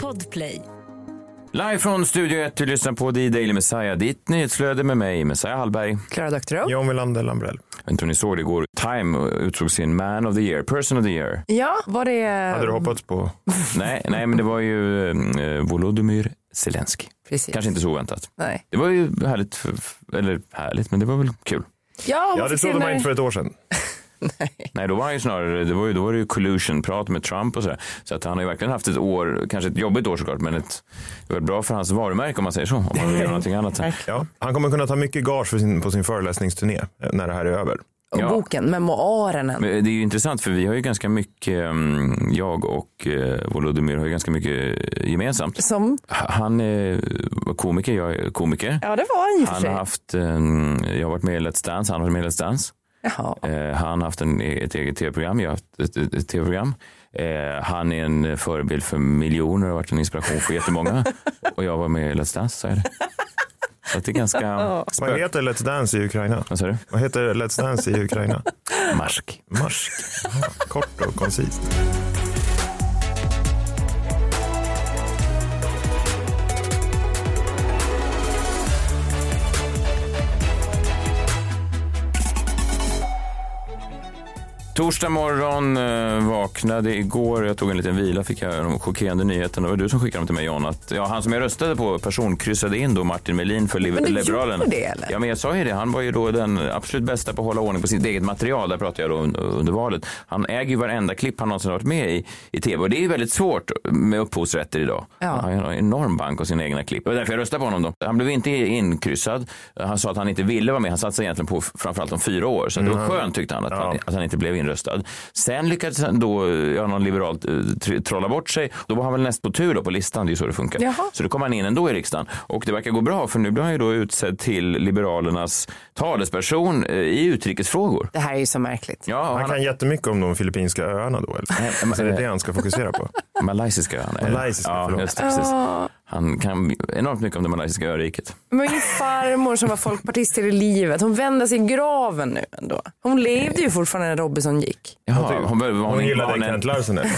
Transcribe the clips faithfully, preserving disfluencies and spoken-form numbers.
Podplay. Live från Studio ett, du lyssnar på The Daily Messiah, ditt nyhetsflöde med mig, Messiah Hallberg. Klara Doktorow. John Wilander Lambrell. Jag vet inte om ni såg det igår. Time utsåg sin Man of the Year, Person of the Year. Ja, var det... Hade du hoppats på? nej, nej, men det var ju eh, Volodymyr Zelensky. Precis. Kanske inte så oväntat. Nej. Det var ju härligt, för, eller härligt, men det var väl kul. Ja, ja det trodde man inte för ett år sedan. Nej. Nej, då var han ju snarare, det var ju, då var det ju collusion, prat med Trump och sådär. Så att han har ju verkligen haft ett år, kanske ett jobbigt år såklart, men ett, det var bra för hans varumärke om man säger så, om man vill göra någonting annat. Ja, han kommer kunna ta mycket gage för sin, på sin föreläsningsturné när det här är över. Och ja. boken, memoarerna. Det är ju intressant för vi har ju ganska mycket, jag och Volodymyr har ju ganska mycket gemensamt. Som? Han är komiker, jag är komiker. Ja, det var han ju för Han sig. har haft, jag har varit med i Let's Dance, han har varit med i Let's Dance. Jaha. Han har haft en, ett eget tv-program, jag har haft ett, ett, ett tv-program. Han är en förebild för miljoner och har varit en inspiration för jättemånga. Och jag var med i Let's Dance, så är det. Så det är ganska spök. Vad heter Let's Dance i Ukraina? Vad sa du? Vad heter Let's Dance i Ukraina? Marsk. Marsk. Aha, kort och koncist. Torsdag morgon eh, vaknade igår, jag tog en liten vila, fick jag de chockerande nyheterna. Det var du som skickade dem till mig, John, att ja, han som jag röstade på personkryssade in då Martin Melin för men Liberalerna. Det, eller? Ja, men jag sa ju det, han var ju då den absolut bästa på att hålla ordning på sitt eget material, där pratade jag då under valet. Han äger ju varenda klipp han någonsin har varit med i, i tv, och det är ju väldigt svårt med upphovsrätter idag. Ja. Han har en enorm bank av sina egna klipp. Det var därför jag röstade på honom då. Han blev inte inkryssad, han sa att han inte ville vara med, han satt sig egentligen på framförallt om fyra år, så mm. det var skönt tyckte han att, ja. han att han inte blev inröstad. Sen lyckades han då, ja, någon liberalt eh, trolla bort sig. Då var han väl näst på tur då på listan, det är ju så det funkar. Jaha. Så då kom han in ändå i riksdagen. Och det verkar gå bra, för nu blir han ju då utsedd till Liberalernas talesperson eh, i utrikesfrågor. Det här är ju så märkligt. Ja, han, han kan jättemycket om de filippinska öarna då, eller? Så är det det han ska fokusera på? Malaysiska öarna. Malaysiska, ja, förlåt. just det, precis. Han kan enormt mycket om det malaysiska öriket. Men min farmor som var folkpartist i livet, hon vände sig i graven nu ändå. Hon levde ju fortfarande när Robinson gick. Ja, hon, hon, hon, hon gillade en... Kent Larsen eller?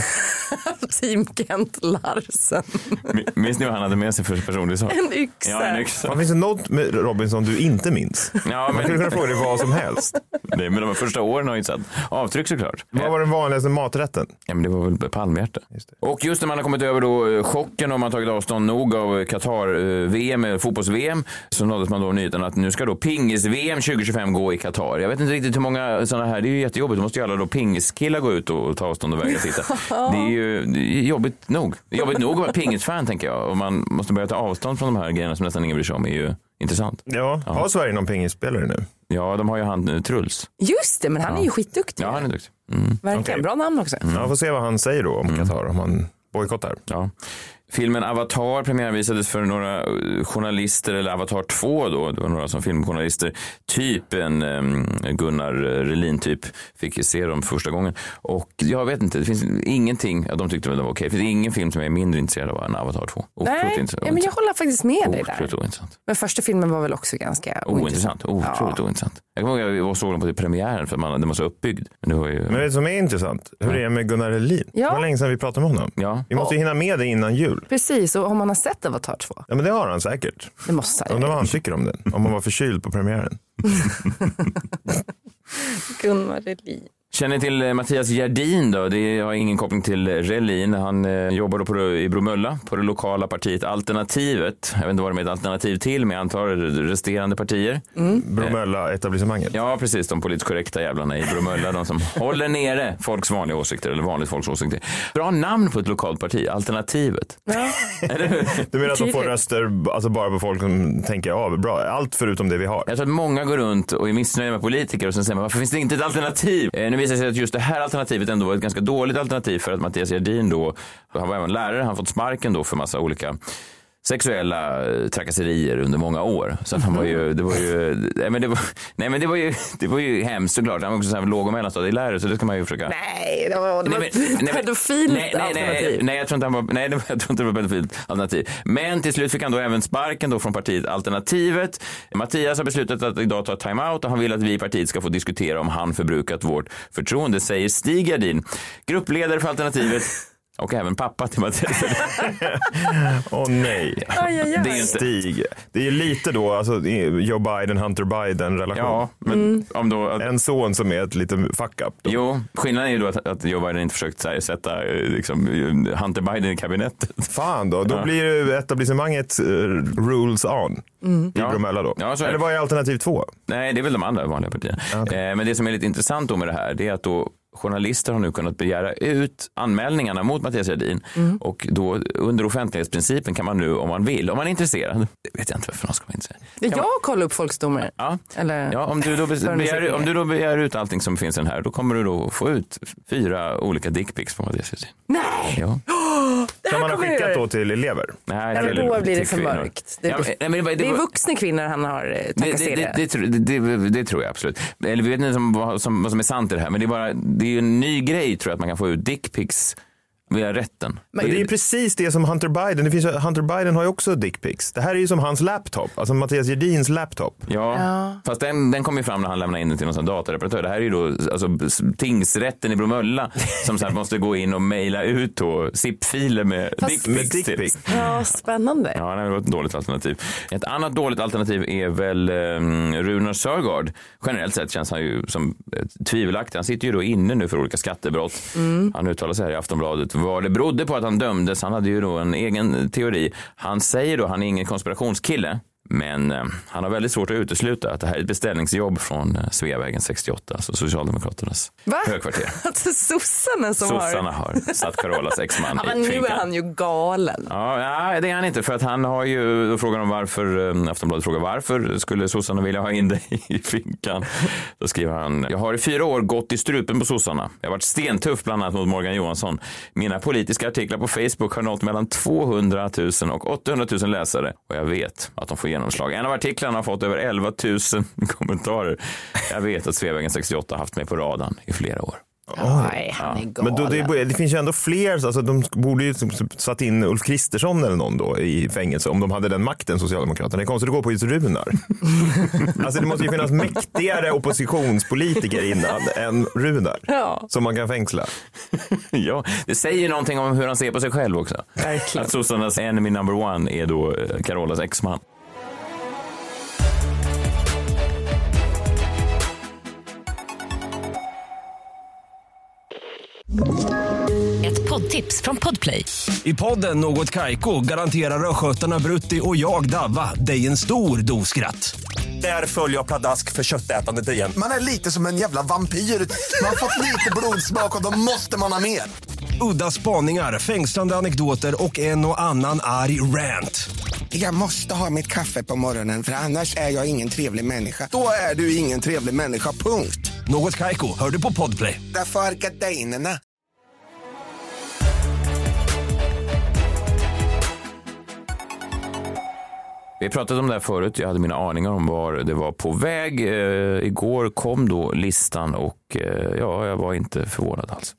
Team Kent Larsen. Minns ni vad han hade med sig för personlig sak? En yxa. Ja, en yxa. Finns det något med Robinson du inte minns? Ja, men... Man skulle kunna fråga dig vad som helst. Nej, men de första åren har ju satt avtryck såklart. Vad var den vanligaste maträtten? Ja, men det var väl palmhjärta. Just det. Och just när man har kommit över då chocken och man tagit avstånd nog av Qatar-V M, fotbolls-V M, så nåddes man då nyheten att nu ska då pingis-V M tjugo tjugofem gå i Qatar. Jag vet inte riktigt hur många sådana här, det är ju jättejobbigt. Då måste ju alla då pingiskillar gå ut och ta avstånd och väga titta. Det är ju det är jobbigt nog. Det är jobbigt nog att vara pingisfan, tänker jag. Och man måste börja ta avstånd från de här grejerna som nästan ingen bryr sig om, är ju intressant. Ja, har ja. Sverige någon pingisspelare nu? Ja, de har ju han Truls. Just det, men han ja. är ju skitduktig. Ja, han är duktig. Mm. Verkligen, okay. Bra namn också. Mm. Ja, får se vad han säger då om Qatar, om han bojkottar. Ja. Filmen Avatar premiärvisades för några journalister, eller Avatar två då, det var några som filmjournalister, typ en um, Gunnar Relin typ, fick se dem första gången. Och jag vet inte, det finns ingenting, ja, de tyckte väl det var okej, det finns ingen film som jag är mindre intresserad av än Avatar två. Nej, ja, men jag håller faktiskt med dig där. Ointressant. Men första filmen var väl också ganska ointressant. Ointressant, otroligt ja. ointressant. Jag kommer ihåg att jag såg den på premiären för man, den var så uppbyggd. Men det var ju... Men det som är intressant, hur det är med Gunnar Relin. Ja. Det var länge sedan vi pratade med honom. Ja. Vi måste ja. hinna med det innan jul. Precis, och om man har sett Avatar två. Ja, men det har han säkert. Det måste jag. Undrar vad han tycker om den. Om man var förkyld på premiären. Gunnar Relin. Känner till Mattias Gerdin då? Det har ingen koppling till Relin. Han eh, jobbar då på, i Bromölla på det lokala partiet Alternativet. Jag vet inte vad det är ett alternativ till, men jag antar resterande partier. Mm. Bromölla-etablissemanget. Ja, precis. De politiskt korrekta jävlarna i Bromölla. De som håller nere folks vanliga åsikter, eller vanligt folks åsikter. Bra namn på ett lokalt parti, Alternativet. Ja. Du menar att de får röster alltså bara på folk som tänker, ja, bra, allt förutom det vi har. Jag tror att många går runt och är missnöjda med politiker och sen säger man, varför finns det inte ett alternativ? Eh, nu visar det sig att just det här alternativet ändå var ett ganska dåligt alternativ, för att Mattias Gerdin då, han var även lärare, han fått sparken då för massa olika sexuella trakasserier under många år. Så att han var ju, det var ju, nej men det var, nej men det var ju, det var ju hemskt såklart. Han var också så här låg- och mellanstadielärare, så det ska man ju försöka. Nej, det var, det var nej, men, ett pedofilt nej, nej, alternativ. Nej, nej, jag tror inte han var, nej, jag tror inte det var pedofilt alternativ. Men till slut fick han då även sparken då från partiet Alternativet. Mattias har beslutat att idag ta time-out och han vill att vi i partiet ska få diskutera om han förbrukat vårt förtroende, säger Stig Gerdin, gruppledare för Alternativet. Och även pappa till Mattias Edin. Åh oh, nej. Aj, aj, aj. Det är ju inte... Stig. Det är ju lite då, alltså Joe Biden, Hunter Biden-relation. Ja, men mm. om då... Att... En son som är ett litet fuck-up. Då. Jo, skillnaden är ju då att, att Joe Biden inte försökt här, sätta liksom, Hunter Biden i kabinettet. Fan då, då ja. blir ju etablissemanget uh, rules on. Mm. I Bromölla då. Ja, eller vad är alternativ två? Nej, det är väl de andra vanliga partierna. Okay. Eh, men det som är lite intressant då med det här, det är att då journalister har nu kunnat begära ut anmälningarna mot Mattias Edin mm. och då under offentlighetsprincipen kan man nu, om man vill, om man är intresserad, det vet jag inte varför någon ska vara intresserad. Det jag man... kollar upp folks domar. Ja, eller... ja om, du då begär, om du då begär ut allting som finns i den här, då kommer du då få ut fyra olika dickpics på Mattias Edin. Nej! Ja. Kan man ha skickat då till elever? Nej, ja, till, då blir det för mörkt. Det, ja, men, men, det, det är vuxna kvinnor han har trakasserat. Det, det, det, det, det, det tror jag absolut. Eller vi vet inte som, vad, som, vad som är sant i det här, men det är bara det är ju en ny grej tror jag att man kan få ut dickpics via rätten. Men det är ju precis det som Hunter Biden, det finns, Hunter Biden har ju också dickpics. Det här är ju som hans laptop, alltså Mattias Edins laptop. Ja, ja. Fast den, den kom ju fram när han lämnade in den till någon sån datareparatör. Det här är ju då alltså, tingsrätten i Bromölla som så här måste gå in och mejla ut då zip-filer med dickpics. Dick ja, spännande. Ja, det var ett dåligt alternativ. Ett annat dåligt alternativ är väl um, Runar Sörgård. Generellt sett känns han ju som tvivelaktig. Han sitter ju då inne nu för olika skattebrott. Mm. Han uttalar sig här i Aftonbladet vad det berodde på att han dömdes. Han hade ju då en egen teori. Han säger då att han är ingen konspirationskille. Men eh, han har väldigt svårt att utesluta att det här är ett beställningsjobb från eh, Sveavägen sextioåtta, alltså Socialdemokraternas Va? högkvarter. Alltså sossarna som sossarna har... har satt Carolas exman ja, i men nu finkan. är han ju galen. Ja, ja, det är han inte. För att han har ju, då frågar de varför, eh, Aftonbladet frågar varför skulle sossarna vilja ha in dig i finkan. Då skriver han, jag har i fyra år gått i strupen på sossarna. Jag har varit stentuff bland annat mot Morgan Johansson. Mina politiska artiklar på Facebook har nått mellan tvåhundratusen och åttahundratusen läsare. Och jag vet att de får genomslag. En av artiklarna har fått över elva tusen kommentarer. Jag vet att Sveavägen sextioåtta har haft mig på radarn i flera år. Oh. Nej, han är galen. Men då, det, det finns ju ändå fler, alltså de borde ju satt in Ulf Kristersson eller någon då i fängelse om de hade den makten, Socialdemokraterna. Det är konstigt att gå på just Runar. Alltså det måste ju finnas mäktigare oppositionspolitiker innan än Runar ja. Som man kan fängsla. Ja, det säger ju någonting om hur han ser på sig själv också. Verkligen. Att sossarnas enemy number one är då Carolas exman. Ett poddtips från Podplay. I podden Något Kaiko garanterar röskötarna Brutti och jag Davva dig en stor doskratt. Där följer jag pladask för köttätandet igen. Man är lite som en jävla vampyr. Man har fått lite blodsmak och då måste man ha mer. Udda spaningar, fängslande anekdoter och en och annan arg rant. Jag måste ha mitt kaffe på morgonen för annars är jag ingen trevlig människa. Då är du ingen trevlig människa, punkt. Något Kaiko, hör du på Podplay. Därför är gardinerna. Vi pratade om det här förut, jag hade mina aningar om var det var på väg. Eh, igår kom då listan och eh, ja, jag var inte förvånad alls.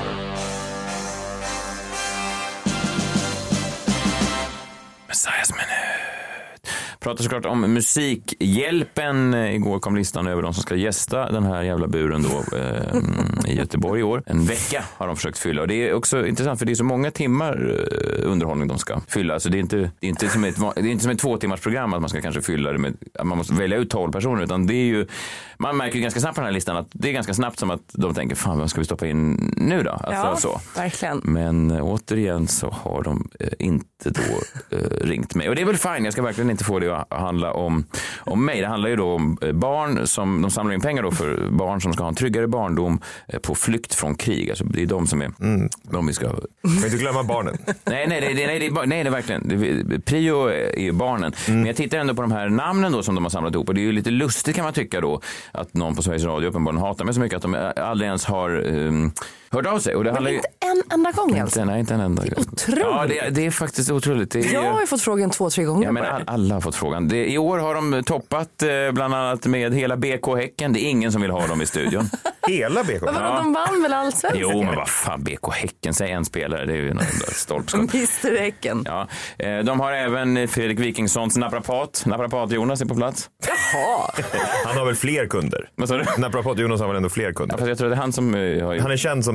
Messiahs minut. Pratar såklart om Musikhjälpen. Igår kom listan över de som ska gästa den här jävla buren då eh, i Göteborg i år. En vecka har de försökt fylla. Och det är också intressant för det är så många timmar eh, underhållning de ska fylla. Alltså det är inte, det är inte som ett, det är inte som ett två timmars program att man ska kanske fylla det med, att man måste välja ut tolv personer. Utan det är ju, man märker ju ganska snabbt på den här listan att det är ganska snabbt som att de tänker, fan vad ska vi stoppa in nu då? Alltså, ja, så. Verkligen. Men eh, återigen så har de eh, inte då eh, ringt mig. Och det är väl fine, jag ska verkligen inte få det handla om, om mig. Det handlar ju då om barn som de samlar in pengar då för barn som ska ha en tryggare barndom på flykt från krig. Alltså det är de som är mm. de vi ska... Kan inte glömma barnen. nej, nej, det, nej, det är, nej, det är verkligen. Det, prio är ju barnen. Mm. Men jag tittar ändå på de här namnen då som de har samlat ihop och det är ju lite lustigt kan man tycka då att någon på Sveriges Radio uppenbarligen hatar mig så mycket att de aldrig ens har um, hört av sig. Och det men handlar inte ju... en enda gång alltså? Inte, nej, inte en enda gång. Det är otroligt. Ja, det, det är faktiskt otroligt. Det är, jag har ju fått frågan två, tre gånger. Ja, men all, alla har fått frågan. Det, i år har de toppat eh, bland annat med hela B K Häcken. Det är ingen som vill ha dem i studion. Hela B K? Men ja. De vann väl allsvenskan? Jo, men vad fan, B K Häcken, säg en spelare. Det är ju en stolpskott. mister Häcken. Ja. Eh, de har även Fredrik Wikingssons naprapat. Naprapat-Jonas är på plats. Jaha. Han har väl fler kunder? Vad sa du? Naprapat-Jonas har väl ändå fler kunder? Ja, fast jag tror det är han som... Uh, har ju... Han är känd som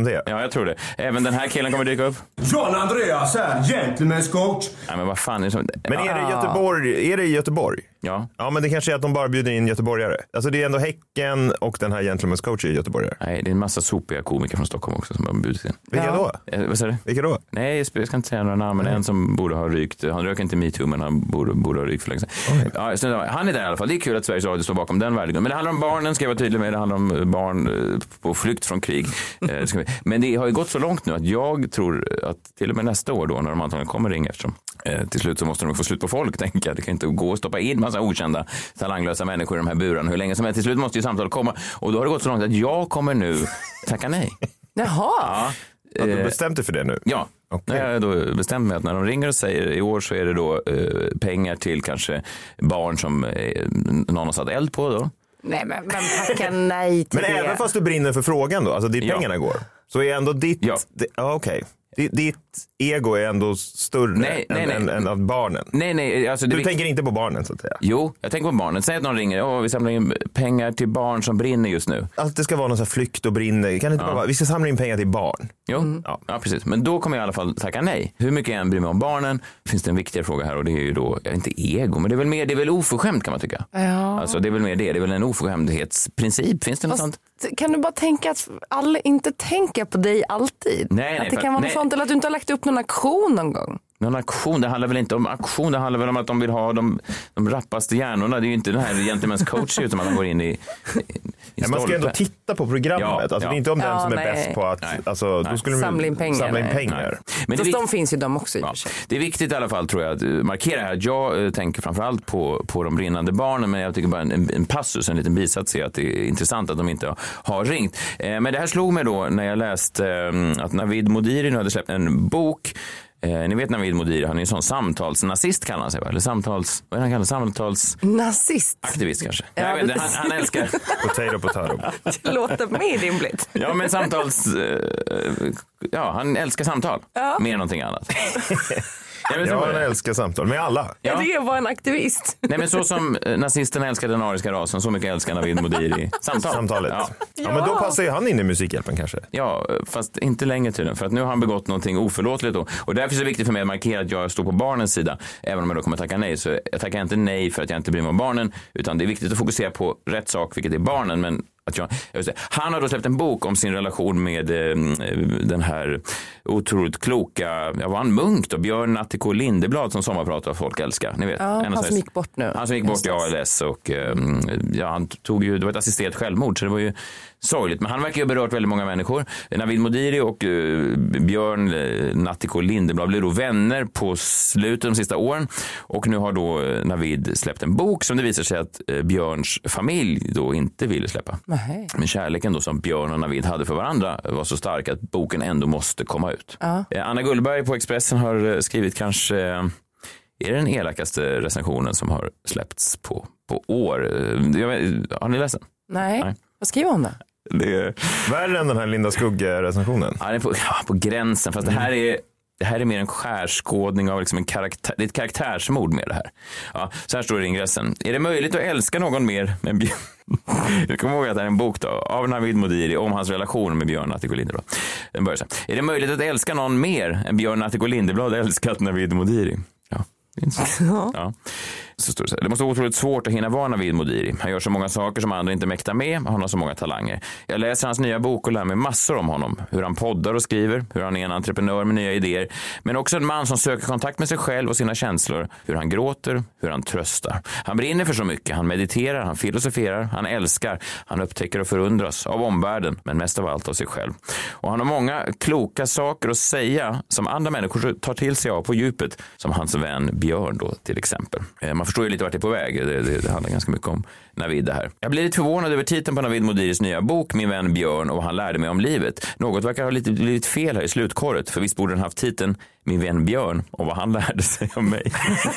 det är. Ja, jag tror det. Även den här killen kommer dyka upp. John Andreas här, gentleman's coach. Nej, men vad fan är det som... Men är det Göteborg? Är det i Göteborg? Ja. Ja, men det kanske är att de bara bjuder in göteborgare. Alltså det är ändå Häcken och den här gentleman's coach är göteborgare. Nej, det är en massa sopiga komiker från Stockholm också som har bjudit in. Vilka Ja. då? Eh, vad säger du? Vilka då? Nej, jag ska inte säga några namn, men en som borde ha rykt. Han röker inte MeToo, men han borde, borde ha rykt för länge sedan. Okay. Ja, så, han är där i alla fall. Det är kul att Sveriges Radio står bakom den värdegrunden. Men det handlar om barnen, ska jag vara tydlig med. Det handlar om barn eh, på flykt från krig. Eh, ska vi. Men det har ju gått så långt nu att jag tror att till och med nästa år då, när de antagligen kommer ringa eftersom eh, till slut så måste de få slut på folk, tänker jag. Det kan inte gå att stoppa in massa okända talanglösa människor i de här burarna hur länge som helst. Till slut måste ju samtal komma. Och då har det gått så långt att jag kommer nu tacka nej. Jaha. Ja. Har du bestämt dig för det nu? Ja, okay. Jag har då bestämt mig att när de ringer och säger i år så är det då eh, pengar till kanske barn som eh, någon har satt eld på då. Nej, men, men tacka nej till Men det. även fast du brinner för frågan då, alltså dit Ja. pengarna går, så är ändå ditt, Ja. det, ja, okej. Ditt, ditt ego är ändå större Nej, nej, än, nej. än, än att barnen. Nej, nej, alltså det Du är tänker inte på barnen så att säga? Jo, jag tänker på barnen. Säg att någon ringer, åh, vi samlar in pengar till barn som brinner just nu. Att det ska vara någon sån här flykt och brinner. Kan det inte Ja. bara vara, vi ska samla in pengar till barn. Jo, Mm. ja. ja precis. Men då kommer jag i alla fall tacka nej. Hur mycket jag än bryr mig om barnen finns det en viktigare fråga här och det är ju då, jag är inte ego, men det är väl mer, det är väl oförskämt kan man tycka. Ja. Alltså det är väl mer det, det är väl en oförskämdhetsprincip, finns det något Fast, sånt? kan du bara tänka att alla inte tänker på dig alltid? Nej, nej, att det för- kan vara nej. något sånt, eller att du inte har lagt upp någon aktion någon gång. Någon aktion, det handlar väl inte om aktion, det handlar väl om att de vill ha de, de rappaste hjärnorna. Det är ju inte den här gentleman's coach utan att man går in i, i, i Ja, man ska ändå stolpe. titta på programmet. Ja, alltså, ja. Det är inte om den Ja, som är nej. bäst på att Nej. alltså, då Nej. skulle de Samla in pengar, samla in nej. pengar. Men det är Fast vikt- de finns ju de också i och Ja, för sig. det är viktigt i alla fall tror jag att uh, markera här att jag uh, tänker framförallt på, på de brinnande barnen, men jag tycker bara en, en, en passus, en liten bisats är att det är intressant att de inte har, har ringt. Eh, men det här slog mig då när jag läste eh, att Navid Modiri nu hade släppt en bok. Eh, ni vet Navid Modiri, han är en sån samtalsnazist kallar han sig va? Eller samtals, vad är han kallar samtalsaktivist Nazist. kanske. Ja, jag vet inte, han, han älskar Potato, potato. Det låter mer rimligt. ja men samtals eh, ja han älskar samtal Ja. mer än någonting annat. Ja, men så Ja, var han det. älskar samtal med alla. Ja. Det var en aktivist. Nej men så som eh, nazisterna älskar den ariska rasen, så mycket älskar Navid Modiri samtal. Samtalet. Ja. Ja. men då passar ju han in i Musikhjälpen kanske. Ja, fast inte längre tydligen. För att nu har han begått någonting oförlåtligt då. Och därför är det viktigt för mig att markera att jag står på barnens sida. Även om jag då kommer tacka nej. Så jag tackar inte nej för att jag inte bryr mig om barnen. Utan det är viktigt att fokusera på rätt sak, vilket är barnen. Men att jag, jag säga, han har då släppt en bok om sin relation med eh, den här otroligt kloka, ja var han Munk då? Björn Natthiko Lindeblad som sommarpratar folk älskar. Ni vet. Ja, En av han Sveriges- som gick bort nu. Han som gick bort i A L S och eh, ja, han tog ju, det var ett assisterat självmord så det var ju sorgligt. Men han verkar ju ha berört väldigt många människor. Navid Modiri och uh, Björn uh, Natthiko Lindeblad blev då vänner på slutet de sista åren. Och nu har då uh, Navid släppt en bok som det visar sig att uh, Björns familj då inte ville släppa. Nej. Men kärleken då som Björn och Navid hade för varandra var så stark att boken ändå måste komma ut. Ja. Uh, Anna Gullberg på Expressen har uh, skrivit kanske, uh, är det den elakaste recensionen som har släppts på, på år? Uh, jag vet, har ni läst den? Nej. Nej. Vad skriver hon då? Det är... Värre än den här Linda Skugge-recensionen. Ja, det är på, ja, på gränsen. Fast det här är, det här är mer en skärskådning av liksom en karaktär. Det är ett karaktärsmord med det här. Ja, så här står det i ingressen. Är det möjligt att älska någon mer än Björn? Jag kommer ihåg att det är en bok då, av Navid Modiri om hans relation med Björn Natthiko Lindeblad. Den börjar så här. Är det möjligt att älska någon mer än Björn Natthiko Lindeblad älskat Navid Modiri? Ja. Ja. Så står det så här. Det måste vara otroligt svårt att hinna vara Navid Modiri. Han gör så många saker som andra inte mäktar med. Han har så många talanger. Jag läser hans nya bok och lär mig massor om honom. Hur han poddar och skriver. Hur han är en entreprenör med nya idéer. Men också en man som söker kontakt med sig själv och sina känslor. Hur han gråter. Hur han tröstar. Han brinner för så mycket. Han mediterar. Han filosoferar. Han älskar. Han upptäcker och förundras av omvärlden. Men mest av allt av sig själv. Och han har många kloka saker att säga som andra människor tar till sig av på djupet. Som hans vän Björn då till exempel. Man förstår ju lite vart det är på väg. Det, det, det handlar ganska mycket om Navid det här. Jag blir lite förvånad över titeln på Navid Modiris nya bok, Min vän Björn och vad han lärde mig om livet. Något verkar ha lite blivit fel här i slutkorret. För visst borde den haft titeln Min vän Björn och vad han lärde sig om mig.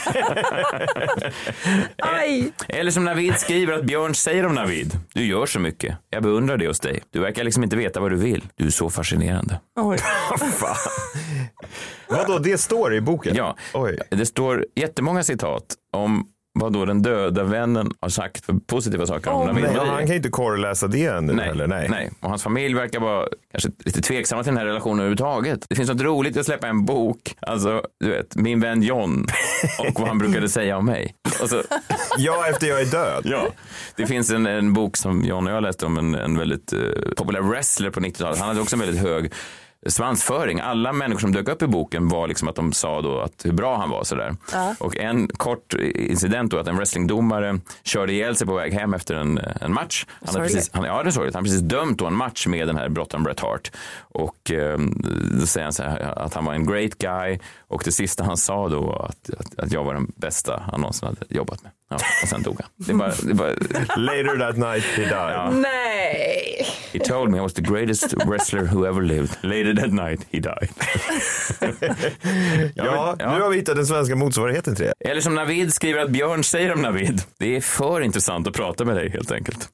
Aj. Eller som Navid skriver att Björn säger om Navid. Du gör så mycket. Jag beundrar det hos dig. Du verkar liksom inte veta vad du vill. Du är så fascinerande. Oj. Fan. Vadå, det står i boken? Ja, Oj. det står jättemånga citat om vad då den döda vännen har sagt för positiva saker om oh, Navid Modiri. Han kan ju inte korreläsa det nu nej, heller. Nej. nej, och hans familj verkar vara kanske lite tveksamma till den här relationen överhuvudtaget. Det finns något roligt att släppa en bok, alltså du vet, min vän John och vad han brukade säga om mig. Så, ja, efter jag är död. Ja, det finns en, en bok som John och jag läste om en, en väldigt uh, populär wrestler på nittiotalet. Han hade också en väldigt hög svansföring. Alla människor som dök upp i boken var liksom att de sa då att hur bra han var sådär. Ja. Och en kort incident då att en wrestlingdomare körde ihjäl sig på väg hem efter en, en match. Han hade precis, han, ja, det är sorgligt. Han hade precis dömt då en match med den här brottaren Bret Hart. Och eh, då säger han så här, att han var en great guy. Och det sista han sa då var att, att, att jag var den bästa han någonsin hade jobbat med. Ja, och sen dog han. Det är bara, det är bara... Later that night he died. Ja. Nej. He told me I was the greatest wrestler who ever lived. Later that night he died. ja, ja, ja, nu har vi hittat den svenska motsvarigheten till det. Eller som Navid skriver att Björn säger om Navid. Det är för intressant att prata med dig helt enkelt.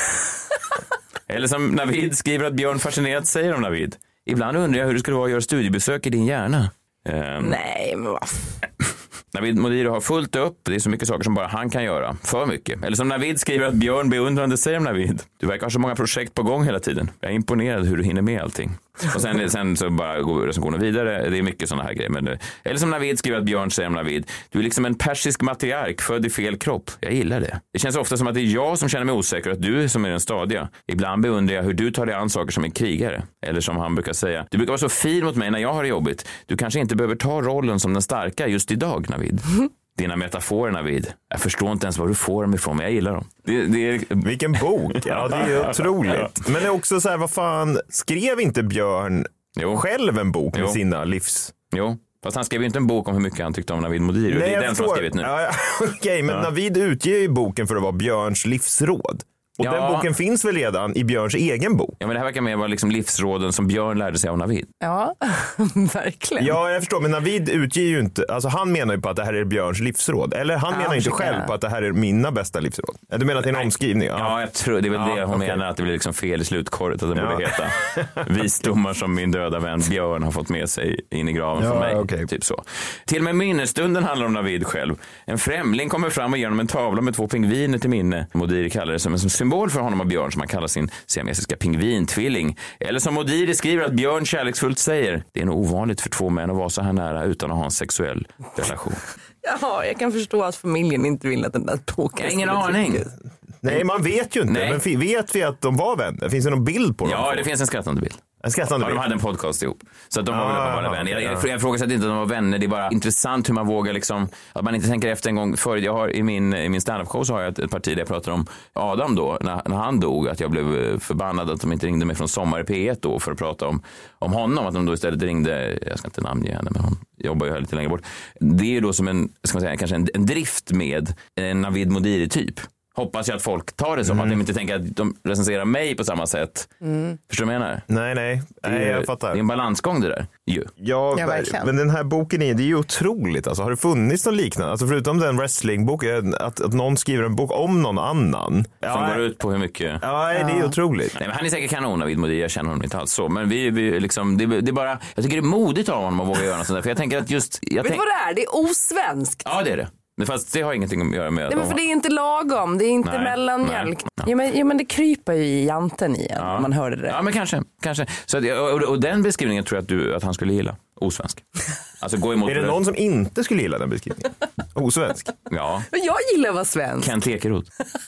Eller som Navid skriver att Björn fascinerat säger om Navid. Ibland undrar jag hur det skulle vara att göra studiebesök i din hjärna. Um, Nej, men vad... Navid Modiri har fullt upp. Det är så mycket saker som bara han kan göra. För mycket. Eller som Navid skriver att Björn beundrande säger om Navid. Du verkar ha så många projekt på gång hela tiden. Jag är imponerad hur du hinner med allting. Och sen, sen så bara går recensionen vidare. Det är mycket sådana här grejer. Men, eller som Navid skriver att Björn säger om Navid. Du är liksom en persisk matriark född i fel kropp. Jag gillar det. Det känns ofta som att det är jag som känner mig osäker och att du som är den stadiga. Ibland beundrar jag hur du tar dig an saker som en krigare. Eller som han brukar säga. Du brukar vara så fin mot mig när jag har det jobbigt. Du kanske inte behöver ta rollen som den starka just idag, Navid. Dina metaforer, Navid. Jag förstår inte ens var du får dem ifrån, men jag gillar dem. Det, det är... Vilken bok. Ja, det är otroligt. Men det är också så här, vad fan, skrev inte Björn jo. själv en bok med jo. sina livs... Jo. Fast han skrev ju inte en bok om hur mycket han tyckte om Navid Modiri. Nej, det är den som har skrivit nu. Ja, ja, okej, okay, men ja. Navid utger ju boken för att vara Björns livsråd. Och ja. den boken finns väl redan i Björns egen bok? Ja, men det här verkar mer vara liksom livsråden som Björn lärde sig av Navid. Ja, verkligen. Ja, jag förstår. Men Navid utger ju inte... Alltså han menar ju på att det här är Björns livsråd. Eller han ja, menar inte själv på att det här är mina bästa livsråd. Du menar att det är en omskrivning? Ja, ja jag tror det är väl ja, det hon okay. menar. Att det blir liksom fel i slutkorret. Att det ja. borde heta visdomar som min döda vän Björn har fått med sig in i graven ja, för mig. Okay. Typ så. Till och med minnesstunden handlar om Navid själv. En främling kommer fram och ger honom en tavla med två pingviner till minne. Modiri kallar det som en symbol för honom och Björn som han kallar sin siamesiska pingvintvilling. Eller som Modiri skriver att Björn kärleksfullt säger, det är nog ovanligt för två män att vara så här nära utan att ha en sexuell relation. Ja, jag kan förstå att familjen inte vill att den där boken... Ingen aning. Nej, man vet ju inte. Nej. Men vet vi att de var vänner? Finns det någon bild på dem? Ja, det finns en skrattande bild. En skrattande ja, bild. de hade en podcast ihop. Så att de var ah, väl bara vänner. Jag, ja. jag, jag ifrågasätter inte att de var vänner. Det är bara intressant hur man vågar liksom, att man inte tänker efter en gång förr. Jag har i min, i min stand-up-show så har jag ett, ett parti där jag pratar om Adam då, när, när han dog, att jag blev förbannad att de inte ringde mig från Sommar i P ett då för att prata om, om honom. Att de då istället ringde, jag ska inte namnge henne, men hon jobbar ju här lite längre bort. Det är ju då som en, ska man säga, kanske en, en drift med en Navid Modiri-typ. Hoppas jag att folk tar det som mm. att de inte tänker att de recenserar mig på samma sätt. Mm. Förstår du vad jag menar? Nej, nej. Det är, nej jag fattar. Det är en balansgång det där. Ju. Ja, ja men den här boken är, det är ju otroligt. Alltså, har det funnits något liknande? Alltså, förutom den wrestlingboken, att, att någon skriver en bok om någon annan. Som ja, går ut på hur mycket... Ja, det är otroligt. Nej, men han är säkert kanon Navid Modiri, jag känner honom inte alls så. Men vi, vi liksom, det, det är bara, jag tycker det är modigt av honom att våga göra något sånt där. För jag tänker att just... Jag Vet du tänk... vad det är? Det är osvenskt. Ja, det är det. Men fast det har ingenting att göra med... Nej, men för det är inte lagom, det är inte nej, mellanmjölk. Nej, nej. Ja, men, ja, men det kryper ju i janten igen ja. Om man hörde det. Ja, men kanske. kanske. Så att, och, och den beskrivningen tror jag att, du, att han skulle gilla. Osvensk. Alltså, gå emot är det, det någon som inte skulle gilla den beskrivningen? Osvensk? Ja. Men jag gillar att vara svensk. Kent Ekeroth.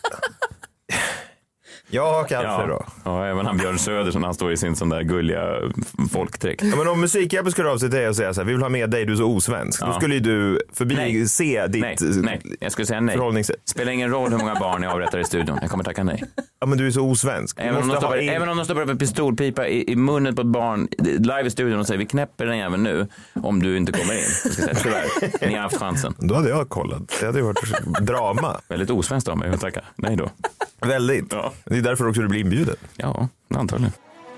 Ja, kanske ja. då. Ja, även han Björn Söder som han står i sin sån där gulliga folkdräkt. Ja, men om Musikhjälpen skulle av sig till dig och säga så här, vi vill ha med dig, du är så osvensk. Ja. Då skulle ju du förbi nej. se ditt nej. nej, jag skulle säga nej. Spelar ingen roll hur många barn jag avrättar i studion. Jag kommer tacka nej. Ja, men du är så osvensk. Även om, de stoppar, in... även om de stoppar upp en pistolpipa i, i munnen på ett barn live i studion och säger, vi knäpper den även nu om du inte kommer in. Jag ska säga, tyvärr, ni har haft chansen. Då hade jag kollat. Det hade ju varit drama. Väldigt osvenskt av mig, jag tackar. Nej då. Väldigt. Ja. Det är därför också du blir inbjuden. Ja, antagligen.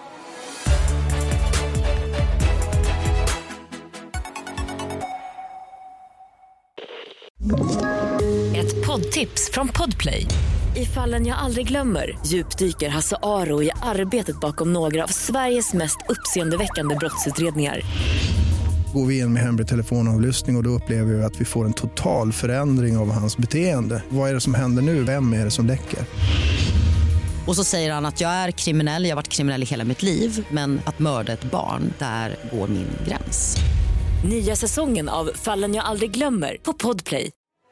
Ett poddtips från Podplay. I Fallen jag aldrig glömmer djupdyker Hasse Aro i arbetet bakom några av Sveriges mest uppseendeväckande brottsutredningar. går vi in med hemlig telefonavlyssning och, och då upplever vi att vi får en total förändring av hans beteende. Vad är det som händer nu? Vem är det som läcker? Och så säger han att jag är kriminell, jag har varit kriminell i hela mitt liv. Men att mörda ett barn, där går min gräns. Nya säsongen av Fallen jag aldrig glömmer på Podplay.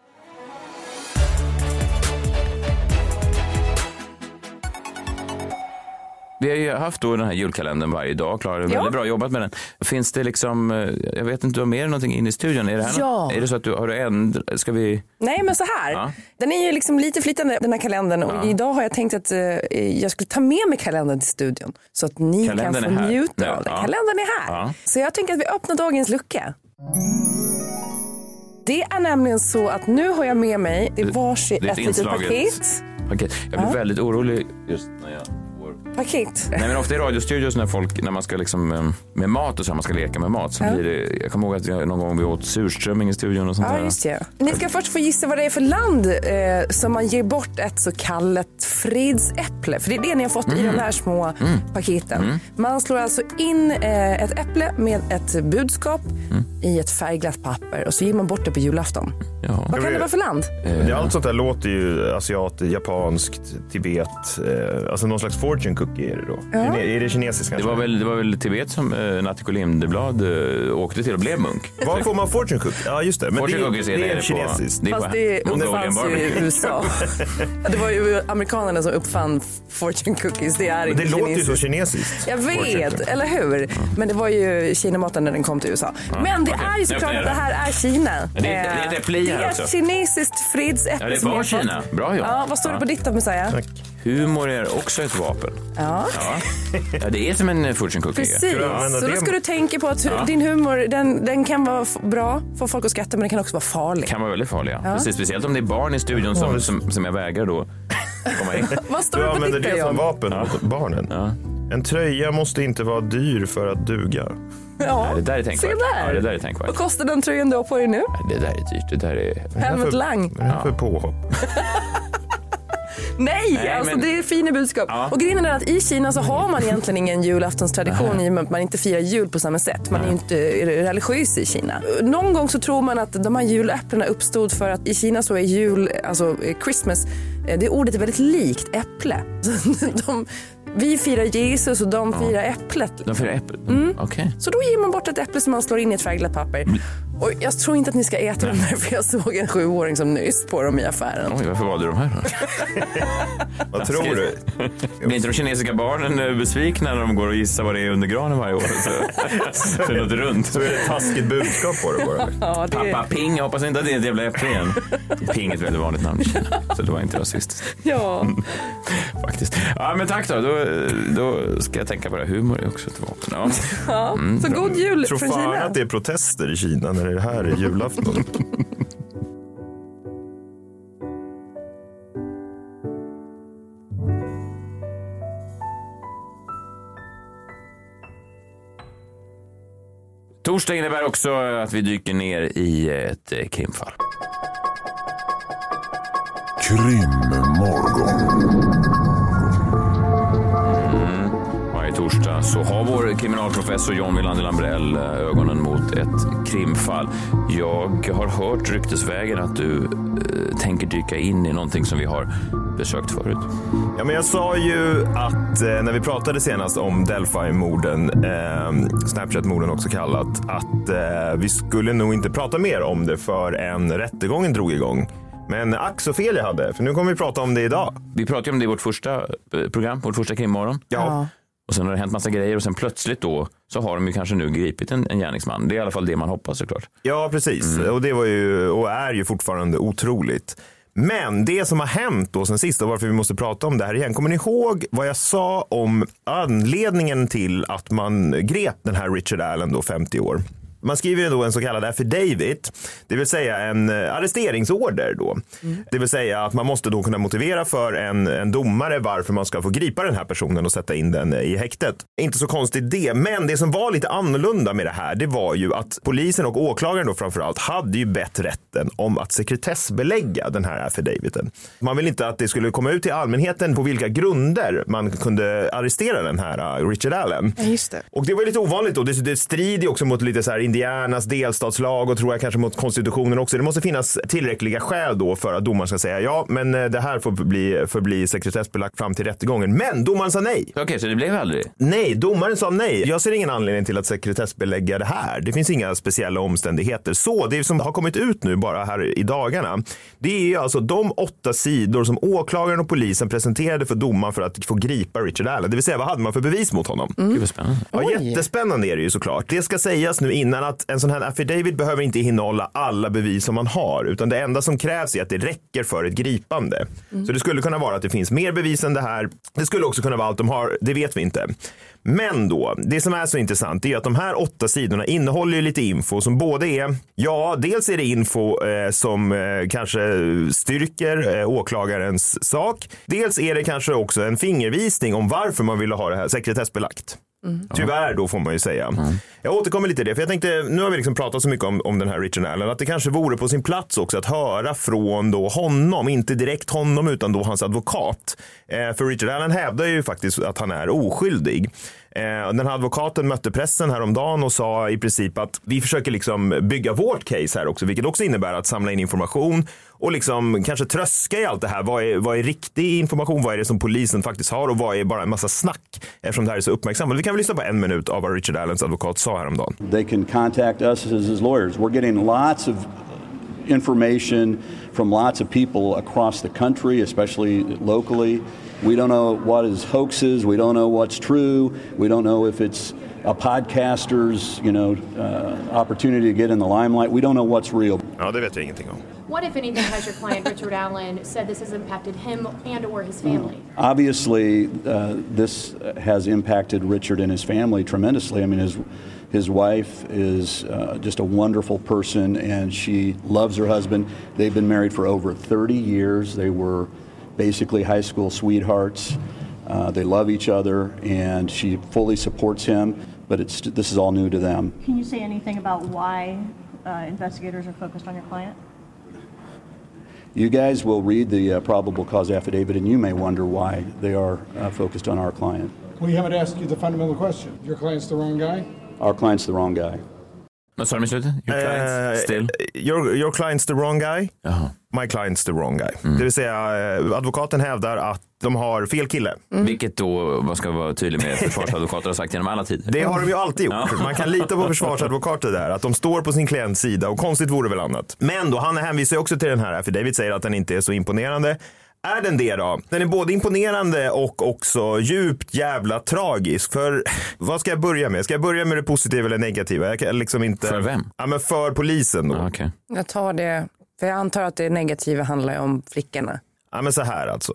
Vi har ju haft då den här julkalendern varje dag. Klara, ja. Väldigt bra jobbat med den. Finns det liksom, jag vet inte, du har mer någonting in i studion? Är det här ja. något, är det så att du har ändrat, ska vi? Nej, men så här. Ja. Den är ju liksom lite flytande, den här kalendern. Och ja. Idag har jag tänkt att uh, jag skulle ta med mig kalendern till studion. Så att ni kalendern kan få njuta av den. Ja. Kalendern är här. Ja. Så jag tänker att vi öppnar dagens lucka. Det är nämligen så att nu har jag med mig det varsitt ett, ett litet paket. paket. Jag blir ja. väldigt orolig just när jag... Paket. Nej, men ofta i radiostudios när folk, när man ska liksom med mat och så, man ska leka med mat så ja. blir det, jag kommer ihåg att jag, någon gång vi åt surströmming i studion och sånt ja, där. Just det. Ni ska först få gissa vad det är för land eh, som man ger bort ett så kallat fredsäpple. För det är det ni har fått mm. i de här små mm. paketen. Mm. Man slår alltså in eh, ett äpple med ett budskap mm. i ett färgglatt papper och så ger man bort det på julafton. Ja. Vad kan det vara för land? Eh. Ja, allt sånt där låter ju asiat, japanskt, Tibet, eh, alltså någon slags fortune cookie är det då. Ja. Kine- är det kinesiska? Det var väl, det var väl Tibet som eh, Natthiko Lindeblad eh, åkte till och blev munk. Var får man fortune cookie? Ja, just det. Men fortune det, cookies är, det är det kinesiskt. På, det är Fast det uppfanns ju i U S A. Det var ju amerikanerna som uppfann fortune cookies. Det är men det inte låter ju så kinesiskt. Jag vet, eller hur? Ja. Men det var ju Kina-maten när den kom till U S A. Ja. Men det okay. är ju såklart att det här är Kina. Ja, det, är, det är ett äpple här Det är också. Kinesiskt fredsäpple. Ja, det var Kina. Bra jobb. Ja, vad står det på ditt då, Messiah? Tack. Humor är också ett vapen. Ja. Ja. Ja, det är som en fortune cookie. Precis. Så då ska du tänka på att ja. din humor, den, den kan vara f- bra, få folk att skratta, men den kan också vara farlig. Kan vara väldigt farlig, ja. Ja. Precis, speciellt om det är barn i studion som, som, som jag vägrar då komma in. Vad står du det på använder ditt det John? som vapen ja. mot barnen. Ja. En tröja måste inte vara dyr för att duga. Ja, det där är tänkvärt. Ja, det där är tänkvärt. Vad kostar den tröjan du har på dig nu? Ja, det där är dyrt. Det där är... Helmut Lang. Det är för påhopp. Nej, Nej alltså men... det är fina budskap. Ja. Och grejen är att i Kina så har man egentligen ingen julaftonstradition i och med att man inte firar jul på samma sätt. Man är ju inte religiös i Kina. Någon gång så tror man att de här juläpplena uppstod för att i Kina så är jul, alltså Christmas, det ordet är väldigt likt äpple. de, vi firar Jesus och de firar ja. äpplet. De firar äpplet? Mm. Okej. Okay. Så då ger man bort ett äpple som man slår in i ett färgglatt papper. Mm. Och jag tror inte att ni ska äta dem där, för jag såg en sjuåring som nyss på dem i affären. Oj, varför valde du de här då? Vad tror du? Blir inte de kinesiska barnen besvikna när de går och gissar vad det är under granen varje år? Så, så det låter runt. Så är det taskigt budskap på det bara. Ja, det... Pappa Ping, jag hoppas inte att det är ett jävla äpple igen. Ping är ett väldigt vanligt namn i Kina, så det var inte rasistiskt. Ja. Faktiskt. Ja, men tack då. då. Då ska jag tänka på det. Humor är också ett vapen. Ja. Ja, mm. Så god jul från Kina. Tror fan att det är protester i Kina när det här är julafton. Torsdag innebär också att vi dyker ner i ett krimfall. Krimmorgon. Mm. Varje torsdag så har vår kriminalprofessor John Wilander Lambrell ögonen mot ett krimfall. Jag har hört ryktesvägen att du eh, tänker dyka in i någonting som vi har besökt förut. Ja, men jag sa ju att eh, när vi pratade senast om Delphi-morden, eh, Snapchat-morden också kallat, att eh, vi skulle nog inte prata mer om det för en rättegången drog igång. Men ack så fel jag hade, för nu kommer vi prata om det idag. Vi pratade om det i vårt första program, vårt första krimmorgon. Ja. ja. Och sen har det hänt massa grejer och sen plötsligt då så har de ju kanske nu gripit en, en gärningsman. Det är i alla fall det man hoppas såklart. Ja, precis. Mm. Och det var ju och är ju fortfarande otroligt. Men det som har hänt då sen sist och varför vi måste prata om det här igen. Kommer ni ihåg vad jag sa om anledningen till att man grep den här Richard Allen då femtio år? Man skriver ju då en så kallad affidavit, det vill säga en arresteringsorder då. Mm. Det vill säga att man måste då kunna motivera för en, en domare varför man ska få gripa den här personen och sätta in den i häktet. Inte så konstigt det, men det som var lite annorlunda med det här, det var ju att polisen och åklagaren då framförallt hade ju bett rätten om att sekretessbelägga den här affidaviten. Man vill inte att det skulle komma ut till allmänheten på vilka grunder man kunde arrestera den här Richard Allen. Ja, just det. Och det var lite ovanligt då, det, det strider också mot lite så här Indianas delstatslag och tror jag kanske mot konstitutionen också. Det måste finnas tillräckliga skäl då för att domaren ska säga ja, men det här får bli, får bli sekretessbelagt fram till rättegången. Men domaren sa nej. Okej, okay, så det blev aldrig? Nej, domaren sa nej. Jag ser ingen anledning till att sekretessbelägga det här. Det finns inga speciella omständigheter. Så det som har kommit ut nu bara här i dagarna, det är alltså de åtta sidor som åklagaren och polisen presenterade för domaren för att få gripa Richard Allen. Det vill säga, vad hade man för bevis mot honom? Mm. Det var spännande. Ja, jättespännande är det ju såklart. Det ska sägas nu innan att en sån här affidavit behöver inte innehålla alla bevis som man har, utan det enda som krävs är att det räcker för ett gripande. Mm. Så det skulle kunna vara att det finns mer bevis än det här. Det skulle också kunna vara allt de har, det vet vi inte. Men då, det som är så intressant är att de här åtta sidorna innehåller ju lite info som både är, ja, dels är det info eh, som eh, kanske styrker eh, åklagarens sak. Dels är det kanske också en fingervisning om varför man ville ha det här sekretessbelagt. Mm. Tyvärr då får man ju säga. Mm. Jag återkommer lite till det, för jag tänkte, nu har vi liksom pratat så mycket om, om den här Richard Allen, att det kanske vore på sin plats också att höra från då honom, inte direkt honom utan då hans advokat. Eh, för Richard Allen hävdar ju faktiskt att han är oskyldig. Eh, den här advokaten mötte pressen häromdagen och sa i princip att vi försöker liksom bygga vårt case här också, vilket också innebär att samla in information och liksom kanske tröska i allt det här. Vad är, vad är riktig information? Vad är det som polisen faktiskt har? Och vad är bara en massa snack eftersom det här är så uppmärksammat? Vi kan väl lyssna på en minut av vad Richard Allens advokat sa häromdagen. They can contact us as his lawyers. We're getting lots of information from lots of people across the country, especially locally. We don't know what is hoaxes. We don't know what's true. We don't know if it's a podcaster's, you know, uh, opportunity to get in the limelight. We don't know what's real. Ja, det vet jag ingenting om. What, if anything, has your client Richard Allen said this has impacted him and or his family? Obviously, uh, this has impacted Richard and his family tremendously. I mean, his his wife is uh, just a wonderful person, and she loves her husband. They've been married for over thirty years. They were basically high school sweethearts. Uh, they love each other, and she fully supports him. But it's this is all new to them. Can you say anything about why uh, investigators are focused on your client? You guys will read the uh, probable cause affidavit, and you may wonder why they are uh, focused on our client. We haven't asked you the fundamental question. Your client's the wrong guy? Our client's the wrong guy. Vad sa du med slutet? Your client's uh, still? Your, your client's the wrong guy. Jaha. My client's the wrong guy. Mm. Det vill säga, advokaten hävdar att de har fel kille. Mm. Vilket då, vad ska vara tydlig med, försvarsadvokater har sagt genom alla tider. Det har de ju alltid gjort. Ja. Man kan lita på försvarsadvokater där, att de står på sin klients sida, och konstigt vore väl annat. Men då, han hänvisar också till den här, för David säger att den inte är så imponerande. Är den det då? Den är både imponerande och också djupt jävla tragisk. För vad ska jag börja med? Ska jag börja med det positiva eller negativa? Jag kan liksom inte... För vem? Ja, men för polisen då. Ah, okay. Jag tar det, för jag antar att det negativa handlar om flickorna. Ja, men så här alltså.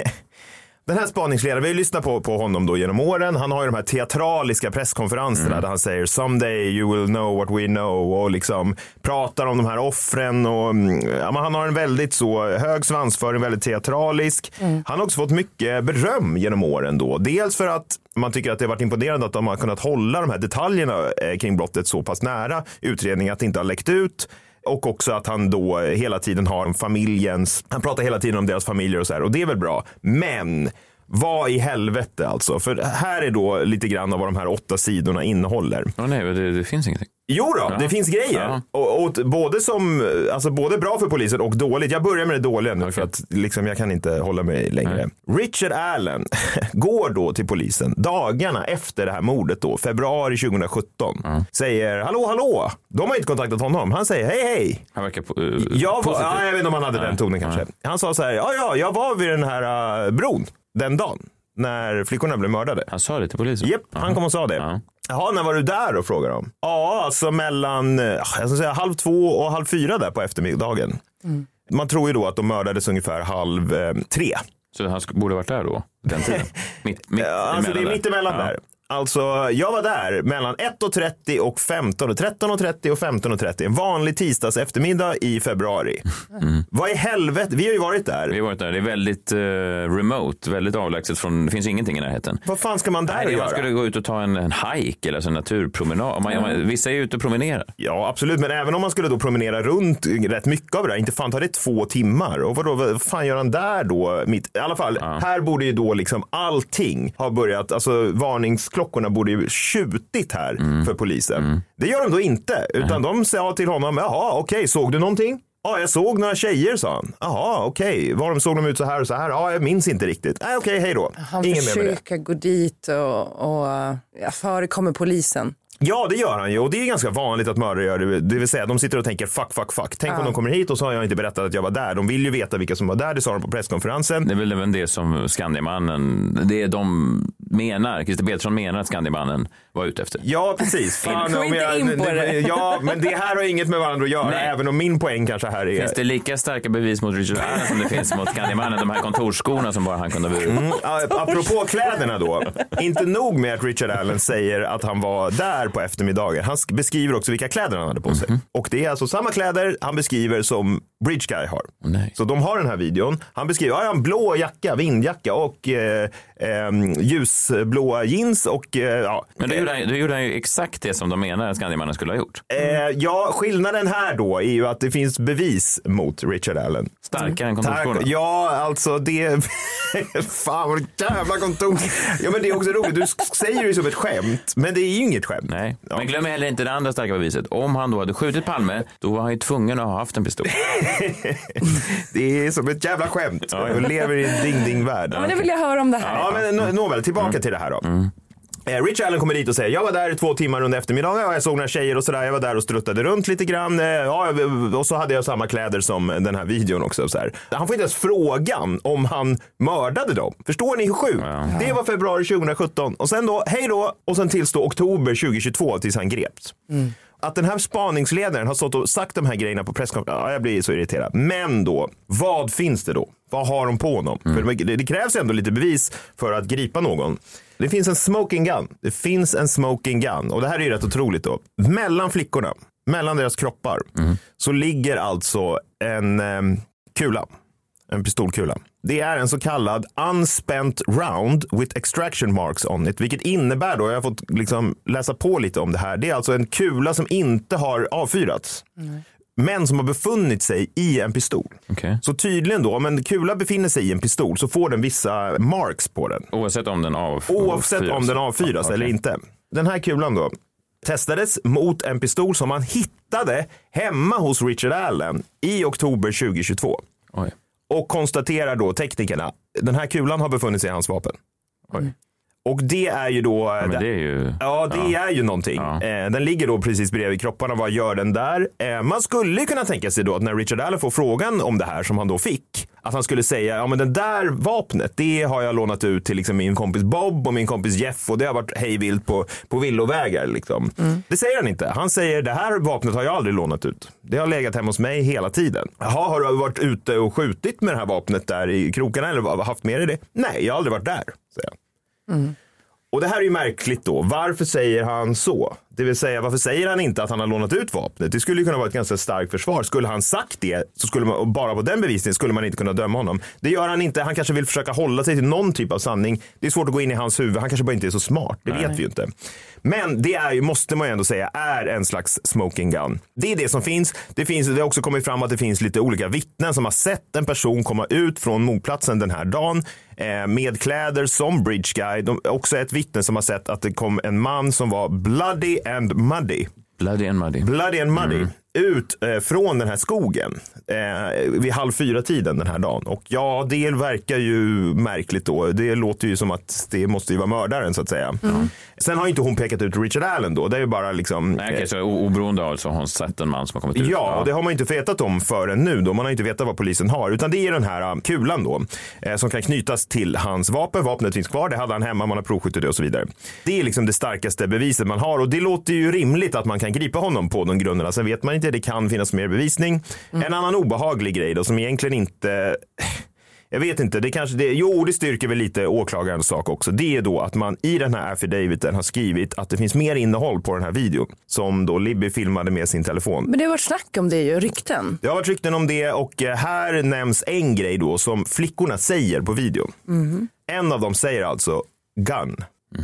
Den här spaningsledaren, vi har ju lyssnat på, på honom då genom åren. Han har ju de här teatraliska presskonferenserna mm. där han säger someday you will know what we know, och liksom pratar om de här offren, och ja, men han har en väldigt så hög svansföring, väldigt teatralisk. Mm. Han har också fått mycket beröm genom åren då. Dels för att man tycker att det har varit imponerande att de har kunnat hålla de här detaljerna kring brottet så pass nära utredningen att det inte har läckt ut. Och också att han då hela tiden har familjens, han pratar hela tiden om deras familjer och så här, och det är väl bra. Men vad i helvete alltså? För här är då lite grann av vad de här åtta sidorna innehåller. Ja, nej, det, det finns ingenting. Jo då, ja. Det finns grejer. Ja. Och, och både som, alltså både bra för polisen och dåligt. Jag börjar med det dåliga nu, okay. För att liksom, jag kan inte hålla mig längre. Nej. Richard Allen går då till polisen dagarna efter det här mordet då, februari tjugohundrasjutton. Mm. Säger, hallå, hallå. De har inte kontaktat honom. Han säger, hej, hej. Han verkar på, uh, jag, var, ja, jag vet inte om han hade Nej. den tonen kanske. Nej. Han sa så här, ja, ja, jag var vid den här uh, bron den dagen när flickorna blev mördade. Han sa det till polisen? Japp, han kom och sa det. Uh-huh. Jaha, när var du där och frågar de? Ja, alltså mellan jag ska säga, halv två och halv fyra där på eftermiddagen. Mm. Man tror ju då att de mördades ungefär halv eh, tre. Så han borde varit där då, den tiden? Mitt, mitt, alltså det är mitt emellan där. Alltså, jag var där mellan ett och trettio och femton, tretton och trettio och femton och trettio. En vanlig tisdags eftermiddag i februari. Mm. Vad i helvete? Vi har ju varit där. Vi har varit där. Det är väldigt uh, remote, väldigt avlägset från, det finns ingenting i närheten. Vad fan ska man där Nej, göra? Man skulle gå ut och ta en, en hike eller alltså en naturpromenad. Man, mm. man, vissa är ju ute och promenerar. Ja, absolut. Men även om man skulle då promenera runt rätt mycket av det där, inte fan tar det två timmar. Och vadå, vad fan gör han där då? Mitt, i alla fall, ja. Här borde ju då liksom allting ha börjat, alltså varnings klockorna borde ju tjutit här Mm. för polisen. Mm. Det gör de då inte, utan Nej. de sa till honom, jaha okej, okay, såg du någonting? Ja, jag såg några tjejer, sa han. Jaha, okej. Okay. Var de såg de ut så här och så här? Ja, jag minns inte riktigt. Nej, okej, okay, hej då. Han Ingen mer med det. försöker gå dit och, och ja, förekommer polisen. Ja, det gör han ju. Och det är ganska vanligt att mördare gör det. Det vill säga, de sitter och tänker fuck, fuck, fuck. Tänk Ja. om de kommer hit och så har jag inte berättat att jag var där. De vill ju veta vilka som var där. Det sa de på presskonferensen. Det är väl även det som Skandiamannen, det är de menar, Christer Petersson menar att Skandiamannen var ute efter. Ja, precis. Fan, Kom om inte jag, in på det, det. Ja, men det här har inget med varandra att göra. Nej. Även om min poäng kanske här är... Finns det lika starka bevis mot Richard Allen som det finns mot Skandiamannen, de här kontorsskorna som bara han kunde ha burit? Mm, apropå kläderna då. Inte nog med att Richard Allen säger att han var där på eftermiddagen. Han beskriver också vilka kläder han hade på sig. Mm-hmm. Och det är alltså samma kläder han beskriver som Bridge Guy har. Oh, nej. Så de har den här videon. Han beskriver ja, en blå jacka, vindjacka och eh, eh, ljusblåa jeans och eh, ja. Men då gjorde, han, då gjorde han ju exakt det som de menar att Skandiamannen skulle ha gjort. Eh, ja, skillnaden här då är ju att det finns bevis mot Richard Allen. Starkare än kontorsskorna. Tack. Ja, alltså det... Fan, vad jävla kontor. Ja, men det är också roligt. Du säger det som ett skämt, men det är ju inget skämt. Nej, ja. Men glöm heller inte det andra starka beviset. Om han då hade skjutit Palme, då var han ju tvungen att ha haft en pistol. Det är som ett jävla skämt. Ja, ja. Du lever i en ding-ding-värld. Ja, men det vill jag höra om det här. Ja, men nå- nåväl, tillbaka mm. till det här då. Mm. Rich Allen kommer dit och säger, jag var där i två timmar under eftermiddagen, jag såg några tjejer och sådär, jag var där och struttade runt lite grann, ja, och så hade jag samma kläder som den här videon också. Så här. Han får inte ens frågan om han mördade dem. Förstår ni hur sjukt? Ja. Det var februari tjugohundrasjutton och sen då, hej då, och sen tills då oktober tjugohundratjugotvå tills han greps. Mm. Att den här spaningsledaren har stått och sagt de här grejerna på presskonferensen, ja, jag blir så irriterad. Men då, vad finns det då? Vad har de på honom? Mm. För det, det krävs ändå lite bevis för att gripa någon. Det finns en smoking gun. Det finns en smoking gun. Och det här är ju rätt otroligt då. Mellan flickorna, mellan deras kroppar, mm. så ligger alltså en eh, kula. En pistolkula. Det är en så kallad unspent round with extraction marks on it. Vilket innebär då, jag har fått liksom läsa på lite om det här. Det är alltså en kula som inte har avfyrats. Mm. Men som har befunnit sig i en pistol. Okay. Så tydligen då, om en kula befinner sig i en pistol så får den vissa marks på den. Oavsett om den, av, Oavsett avfyras. om den avfyras okay. eller inte. Den här kulan då testades mot en pistol som man hittade hemma hos Richard Allen i oktober tjugohundratjugotvå. Oj. Och konstaterar då teknikerna, den här kulan har befunnit sig i hans vapen. Oj. Och det är ju då... Ja, men det är ju... Ja, det ja. är ju någonting. Ja. Eh, den ligger då precis bredvid kropparna. Vad gör den där? Eh, man skulle kunna tänka sig då att när Richard Allen får frågan om det här som han då fick, att han skulle säga, ja men den där vapnet, det har jag lånat ut till liksom min kompis Bob och min kompis Jeff och det har varit hejvilt på, på villovägar liksom. Mm. Det säger han inte. Han säger, det här vapnet har jag aldrig lånat ut. Det har legat hemma hos mig hela tiden. Jaha, har du varit ute och skjutit med det här vapnet där i krokarna eller haft med dig det? Nej, jag har aldrig varit där, säger han. Mm. Och det här är ju märkligt då. Varför säger han så? Det vill säga, varför säger han inte att han har lånat ut vapnet? Det skulle ju kunna vara ett ganska starkt försvar. Skulle han sagt det, så skulle man, bara på den bevisningen skulle man inte kunna döma honom. Det gör han inte. Han kanske vill försöka hålla sig till någon typ av sanning. Det är svårt att gå in i hans huvud. Han kanske bara inte är så smart. Det Nej. vet vi ju inte. Men det är ju, måste man ju ändå säga, är en slags smoking gun. Det är det som finns. Det finns, det har också kommit fram att det finns lite olika vittnen som har sett en person komma ut från mordplatsen den här dagen eh, med kläder som Bridge Guy. De, också ett vittne som har sett att det kom en man som var bloody and muddy. Bloody and muddy. Bloody and muddy. Mm. Ut eh, från den här skogen eh, vid halv fyra tiden den här dagen. Och ja, det verkar ju märkligt då. Det låter ju som att det måste ju vara mördaren så att säga. Mm. Sen har inte hon pekat ut Richard Allen då. Det är ju bara liksom... Nej, okay, så oberoende av så har hon sett en man som har kommit ut. Ja, och det har man inte vetat om förrän nu då. Man har inte vetat vad polisen har. Utan det är den här kulan då eh, som kan knytas till hans vapen. Vapnet finns kvar, det hade han hemma, man har provskjutit det och så vidare. Det är liksom det starkaste beviset man har. Och det låter ju rimligt att man kan gripa honom på de grunderna. Sen vet man inte, det kan finnas mer bevisning. Mm. En annan obehaglig grej då som egentligen inte... Jag vet inte, det kanske det, jo det styrker väl lite åklagarens sak också. Det är då att man i den här affidaviten har skrivit att det finns mer innehåll på den här videon som då Libby filmade med sin telefon. Men det har varit snack om det ju, rykten. Det har varit rykten om det och här nämns en grej då som flickorna säger på videon. Mm. En av dem säger alltså gun. Mm.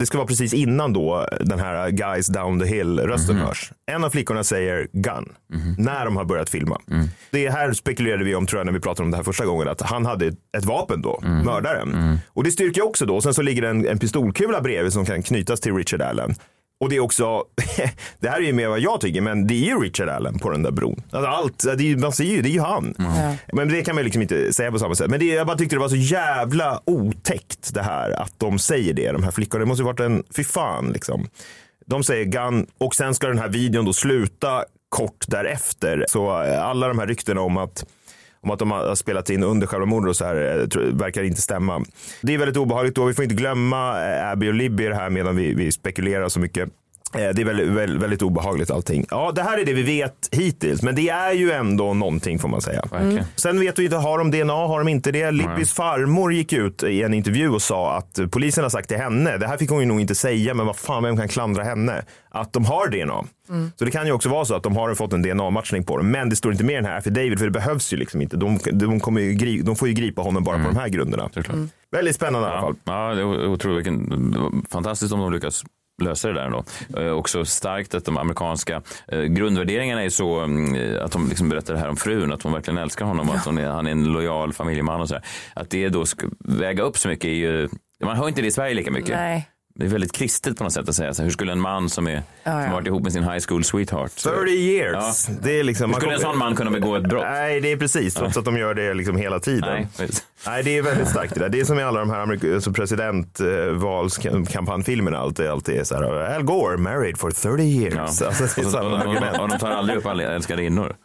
Det ska vara precis innan då den här Guys Down the Hill-rösten mm. hörs. En av flickorna säger gun mm. när de har börjat filma. Mm. Det här spekulerade vi om, tror jag, när vi pratade om det här första gången, att han hade ett vapen då, mm. mördaren. Mm. Och det styrker också då. Sen så ligger en, en pistolkula bredvid som kan knytas till Richard Allen. Och det är också, det här är ju mer vad jag tycker, men det är ju Richard Allen på den där bron. Alltså allt, det är, man ser ju, det är ju han. Mm. Men det kan man liksom inte säga på samma sätt. Men det, jag bara tyckte det var så jävla otäckt det här, att de säger det, de här flickorna. Det måste ju varit en, fy fan liksom. De säger gun, och sen ska den här videon då sluta kort därefter. Så alla de här ryktena om att om att de har spelat in under själva mordet och så här verkar inte stämma. Det är väldigt obehagligt då. Vi får inte glömma Abby och Libby det här medan vi, vi spekulerar så mycket. Det är väldigt, väldigt, väldigt obehagligt allting. Ja, det här är det vi vet hittills. Men det är ju ändå någonting, får man säga. Mm. Sen vet vi inte, har de D N A, har de inte det? Libbys farmor gick ut i en intervju och sa att polisen har sagt till henne, det här fick hon ju nog inte säga, men vad fan, vem kan klandra henne? Att de har D N A. Mm. Så det kan ju också vara så att de har fått en D N A-matchning på dem. Men det står inte med den här för David, för det behövs ju liksom inte. De, de, kommer ju gri, de får ju gripa honom bara mm. på de här grunderna. Mm. Väldigt spännande ja. i alla fall. Ja, det är otroligt. Vilken, fantastiskt om de lyckas lösa det där då. Eh, också starkt att de amerikanska eh, grundvärderingarna är så eh, att de liksom berättar det här om frun, att hon verkligen älskar honom och ja. att hon är, han är en lojal familjeman och så här. Att det då ska väga upp så mycket är ju, man hör inte det i Sverige lika mycket. Nej. Det är väldigt kristet på något sätt att säga. Så hur skulle en man som, är, ja, ja. som har varit ihop med sin high school sweetheart thirty years. Ja. Det är liksom, hur skulle man en sån man kunna begå ett brott? Nej, det är precis. Trots att de gör det liksom hela tiden. Nej, Nej, det är väldigt starkt det där. Det är som i alla de här amerik- alltså presidentvalskampanjfilmerna. Allt är alltid så här. Al Gore married for thirty years. Ja. Alltså, det är samma och, och, och de tar aldrig upp alla älskarinnor.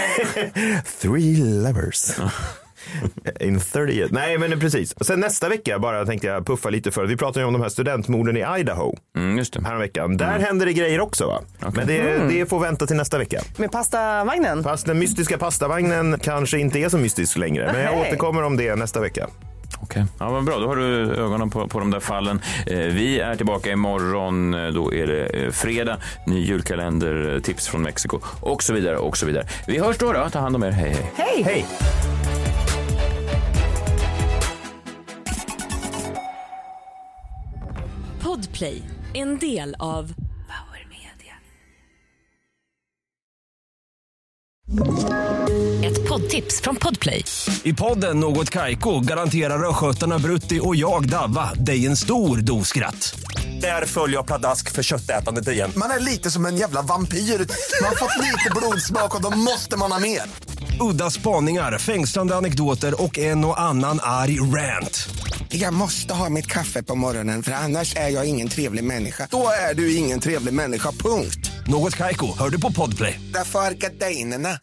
Three lovers. In thirty years. Nej, men precis. Sen nästa vecka bara tänkte jag puffa lite för. Vi pratar ju om de här studentmorden i Idaho. Mm, just det. Här veckan. Där mm. händer det grejer också, va? Okay. Men det, mm. det får vänta till nästa vecka. Med pastavagnen? Fast den mystiska pastavagnen kanske inte är så mystisk längre. Men jag återkommer om det nästa vecka. Okej, okay. Ja, men bra. Då har du ögonen på, på de där fallen. Eh, vi är tillbaka imorgon. Då är det eh, fredag. Ny julkalender, tips från Mexiko och så vidare och så vidare. Vi hörs då då. Ta hand om er. Hej, hej. Hej! Hej! Podplay, en del av Power Media. Ett poddtips från Podplay. I podden Något Kaiko garanterar röskötarna Brutti och jag Davva dig en stor dos skratt. Där följer jag pladask för köttätandet igen. Man är lite som en jävla vampyr. Man har fått lite blodsmak och då måste man ha mer. Udda spaningar, fängslande anekdoter och en och annan arg rant. Jag måste ha mitt kaffe på morgonen för annars är jag ingen trevlig människa. Då är du ingen trevlig människa, punkt. Något Kaiko, hör du på Podplay. Därför är gardinerna.